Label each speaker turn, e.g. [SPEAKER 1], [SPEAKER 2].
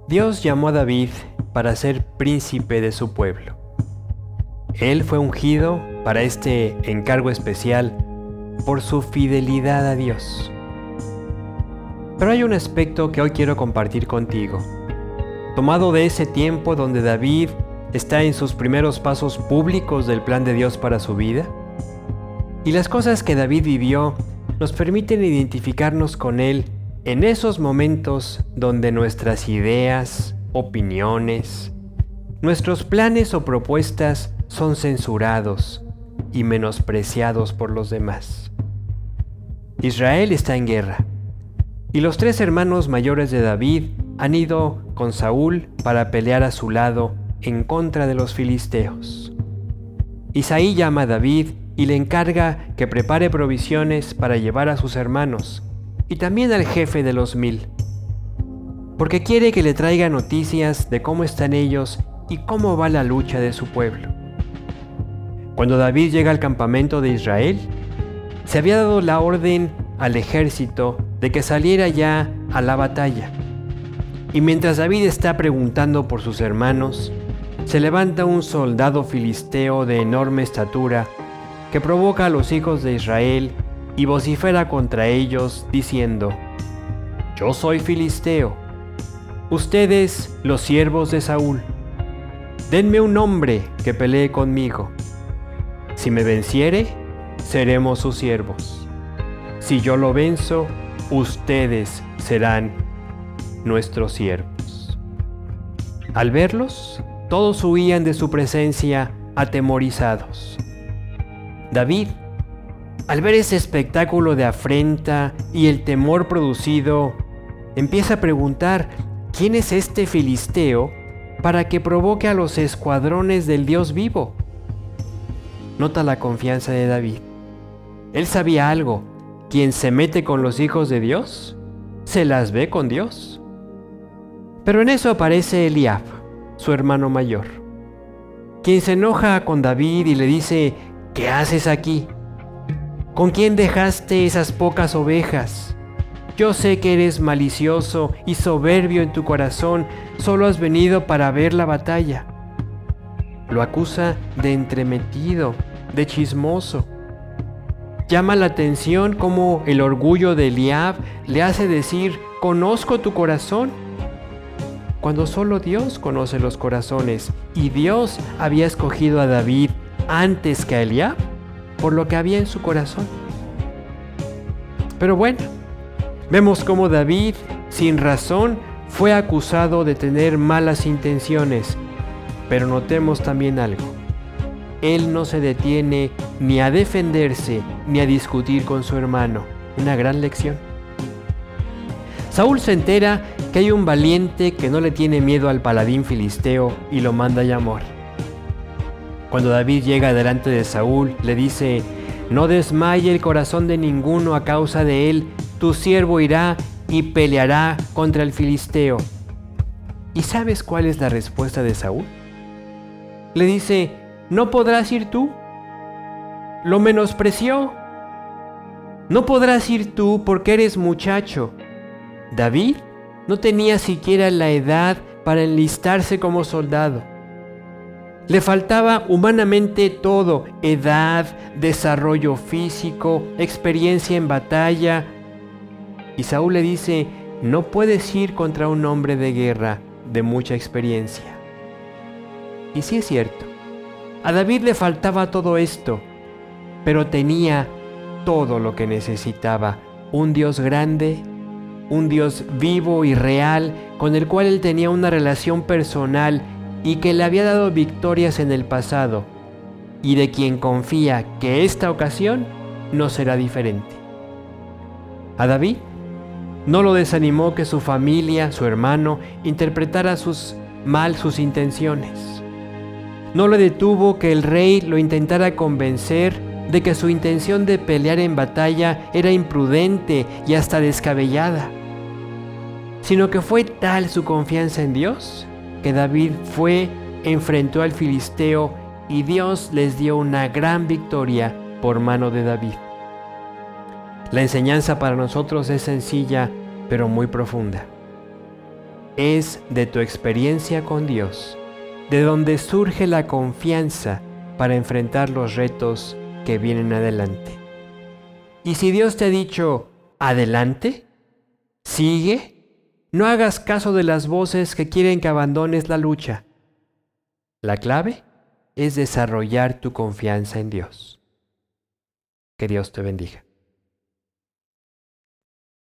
[SPEAKER 1] Dios llamó a David para ser príncipe de su pueblo. Él fue ungido para este encargo especial por su fidelidad a Dios. Pero hay un aspecto que hoy quiero compartir contigo, tomado de ese tiempo donde David está en sus primeros pasos públicos del plan de Dios para su vida. Y las cosas que David vivió nos permiten identificarnos con él en esos momentos donde nuestras ideas, opiniones, nuestros planes o propuestas son censurados y menospreciados por los demás. Israel está en guerra, y los 3 hermanos mayores de David han ido con Saúl para pelear a su lado en contra de los filisteos. Isaí llama a David y le encarga que prepare provisiones para llevar a sus hermanos y también al jefe de los 1000, porque quiere que le traiga noticias de cómo están ellos y cómo va la lucha de su pueblo. Cuando David llega al campamento de Israel, se había dado la orden al ejército de que saliera ya a la batalla. Y mientras David está preguntando por sus hermanos, se levanta un soldado filisteo de enorme estatura que provoca a los hijos de Israel y vocifera contra ellos diciendo: «Yo soy filisteo, ustedes los siervos de Saúl. Denme un hombre que pelee conmigo. Si me venciere, seremos sus siervos. Si yo lo venzo, ustedes serán nuestros siervos». Al verlos, todos huían de su presencia atemorizados. David, al ver ese espectáculo de afrenta y el temor producido, empieza a preguntar: ¿quién es este filisteo para que provoque a los escuadrones del Dios vivo? Nota la confianza de David. Él sabía algo: quien se mete con los hijos de Dios, se las ve con Dios. Pero en eso aparece Eliab, su hermano mayor, quien se enoja con David y le dice: «¿Qué haces aquí? ¿Con quién dejaste esas pocas ovejas? Yo sé que eres malicioso y soberbio en tu corazón, solo has venido para ver la batalla». Lo acusa de entremetido, de chismoso. Llama la atención cómo el orgullo de Eliab le hace decir: «Conozco tu corazón», cuando solo Dios conoce los corazones, y Dios había escogido a David antes que a Eliab por lo que había en su corazón. Pero bueno, vemos cómo David, sin razón, fue acusado de tener malas intenciones, pero notemos también algo: él no se detiene ni a defenderse ni a discutir con su hermano. Una gran lección. Saúl se entera que hay un valiente que no le tiene miedo al paladín filisteo y lo manda a llamar. Cuando David llega delante de Saúl, le dice: «No desmaye el corazón de ninguno a causa de él, tu siervo irá y peleará contra el filisteo». ¿Y sabes cuál es la respuesta de Saúl? Le dice: «¿No podrás ir tú?». Lo menospreció. «No podrás ir tú porque eres muchacho». David no tenía siquiera la edad para enlistarse como soldado. Le faltaba humanamente todo: edad, desarrollo físico, experiencia en batalla. Y Saúl le dice: «No puedes ir contra un hombre de guerra de mucha experiencia». Y sí es cierto, a David le faltaba todo esto, pero tenía todo lo que necesitaba: un Dios grande, un Dios vivo y real, con el cual él tenía una relación personal y que le había dado victorias en el pasado, y de quien confía que esta ocasión no será diferente. A David no lo desanimó que su familia, su hermano, interpretara mal sus intenciones. No le detuvo que el rey lo intentara convencer de que su intención de pelear en batalla era imprudente y hasta descabellada, sino que fue tal su confianza en Dios que David enfrentó al filisteo y Dios les dio una gran victoria por mano de David. La enseñanza para nosotros es sencilla, pero muy profunda. es de tu experiencia con Dios, de donde surge la confianza para enfrentar los retos que vienen adelante. Y si Dios te ha dicho, adelante, sigue, no hagas caso de las voces que quieren que abandones la lucha. La clave es desarrollar tu confianza en Dios. Que Dios te bendiga.